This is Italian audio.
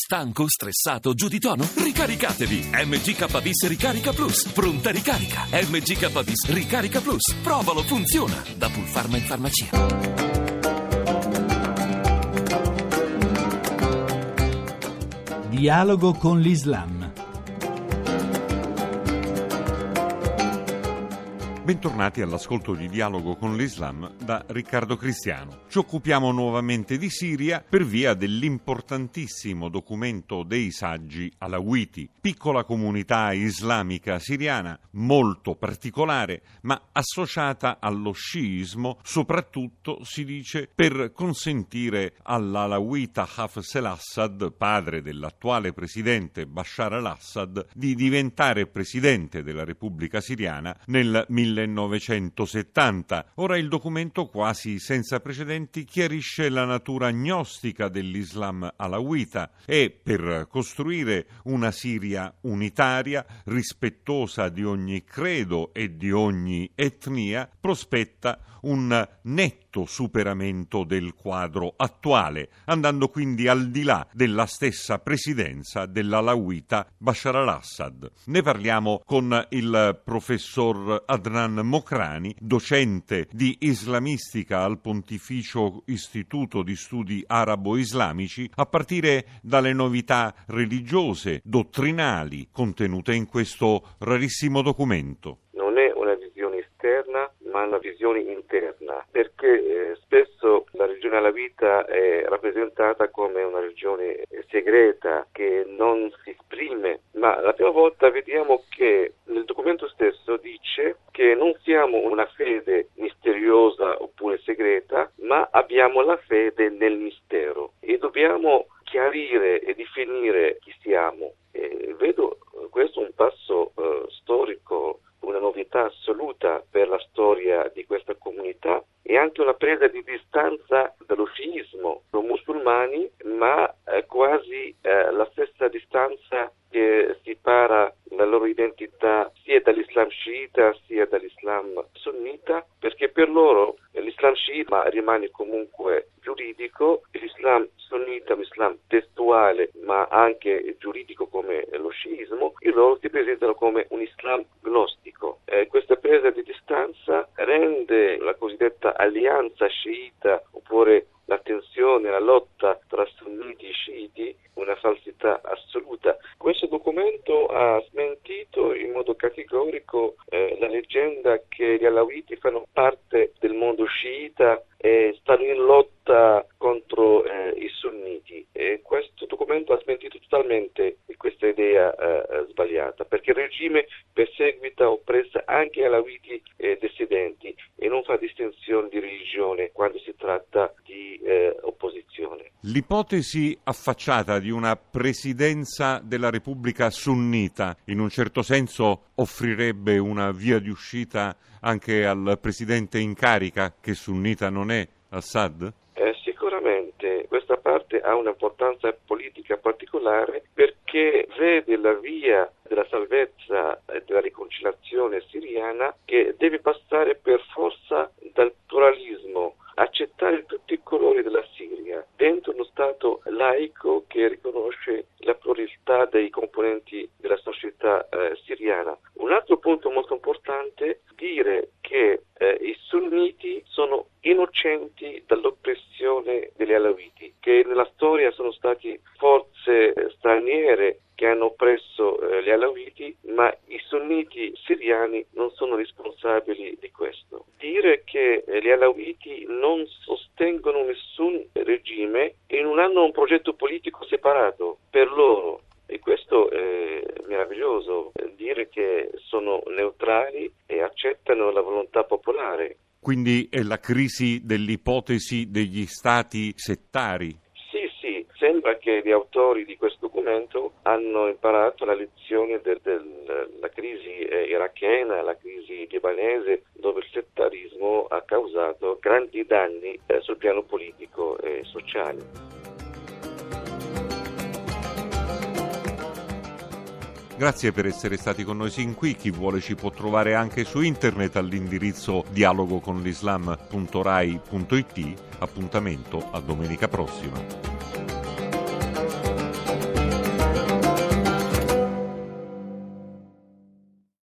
Stanco, stressato, giù di tono? Ricaricatevi! MGKBIS Ricarica Plus. Pronta ricarica. MGKBIS Ricarica Plus. Provalo, funziona. Da Pulpharma in farmacia. Dialogo con l'Islam. Bentornati all'ascolto di Dialogo con l'Islam da Riccardo Cristiano. Ci occupiamo nuovamente di Siria per via dell'importantissimo documento dei saggi alawiti, piccola comunità islamica siriana molto particolare, ma associata allo sciismo, soprattutto, si dice, per consentire all'alawita Hafez al-Assad, padre dell'attuale presidente Bashar al-Assad, di diventare presidente della Repubblica Siriana nel 1970. Ora il documento, quasi senza precedenti, chiarisce la natura gnostica dell'Islam alawita e, per costruire una Siria unitaria, rispettosa di ogni credo e di ogni etnia, prospetta un netto superamento del quadro attuale, andando quindi al di là della stessa presidenza dell'alawita Bashar al-Assad. Ne parliamo con il professor Adnan Mokrani, docente di islamistica al Pontificio Istituto di Studi Arabo-Islamici, a partire dalle novità religiose, dottrinali contenute in questo rarissimo documento. Non è una visione esterna, ma una visione interna, perché spesso la religione alawita è rappresentata come una religione segreta che non si esprime, ma la prima volta vediamo che nel documento stesso dice che non siamo una fede misteriosa oppure segreta, ma abbiamo la fede nel mistero e dobbiamo chiarire e definire chi siamo. Vedo questo un passo storico, una novità assoluta per la storia di questa comunità e anche una presa di distanza dallo sciismo. Sono musulmani, ma quasi la stessa distanza che separa la loro identità sia dall'Islam sciita sia dall'Islam sunnita, perché per loro l'Islam sciita rimane comunque giuridico, l'Islam sunnita è un Islam testuale ma anche giuridico come lo sciismo, e loro si presentano come un Islam gnostico. Questa presa di distanza rende la cosiddetta alleanza sciita oppure la tensione, la lotta tra sunniti e sciiti una falsità assoluta. Questo documento ha smentito in modo categorico la leggenda che gli alawiti fanno parte del mondo sciita e stanno in lotta contro i sunniti. E questo documento ha smentito totalmente questa idea sbagliata, perché il regime perseguita, oppressa anche alawiti dissidenti e non fa distinzione di religione quando si tratta di opposizione. L'ipotesi affacciata di una presidenza della Repubblica sunnita in un certo senso offrirebbe una via di uscita anche al presidente in carica, che sunnita non è, Assad? Sicuramente questa parte ha un'importanza politica particolare perché vede la via della salvezza e della riconciliazione siriana che deve passare per forza dal pluralismo, accettare tutti i colori della Siria dentro uno Stato laico che riconosce la pluralità dei componenti della società siriana. Un altro punto molto importante è dire che i sunniti sono innocenti dall'oppressione degli alawiti, che nella storia sono stati forze straniere che hanno oppresso gli alawiti, ma i sunniti siriani non sono responsabili di questo. Dire che gli alawiti non sostengono nessun regime e non hanno un progetto politico separato per loro, e questo è meraviglioso, dire che sono neutrali e accettano la volontà popolare. Quindi è la crisi dell'ipotesi degli stati settari. Sì, sembra che gli autori di questo documento hanno imparato la lezione della crisi irachena, la crisi libanese, dove il settarismo ha causato grandi danni sul piano politico e sociale. Grazie per essere stati con noi sin qui. Chi vuole ci può trovare anche su internet all'indirizzo dialogoconlislam.rai.it. Appuntamento a domenica prossima.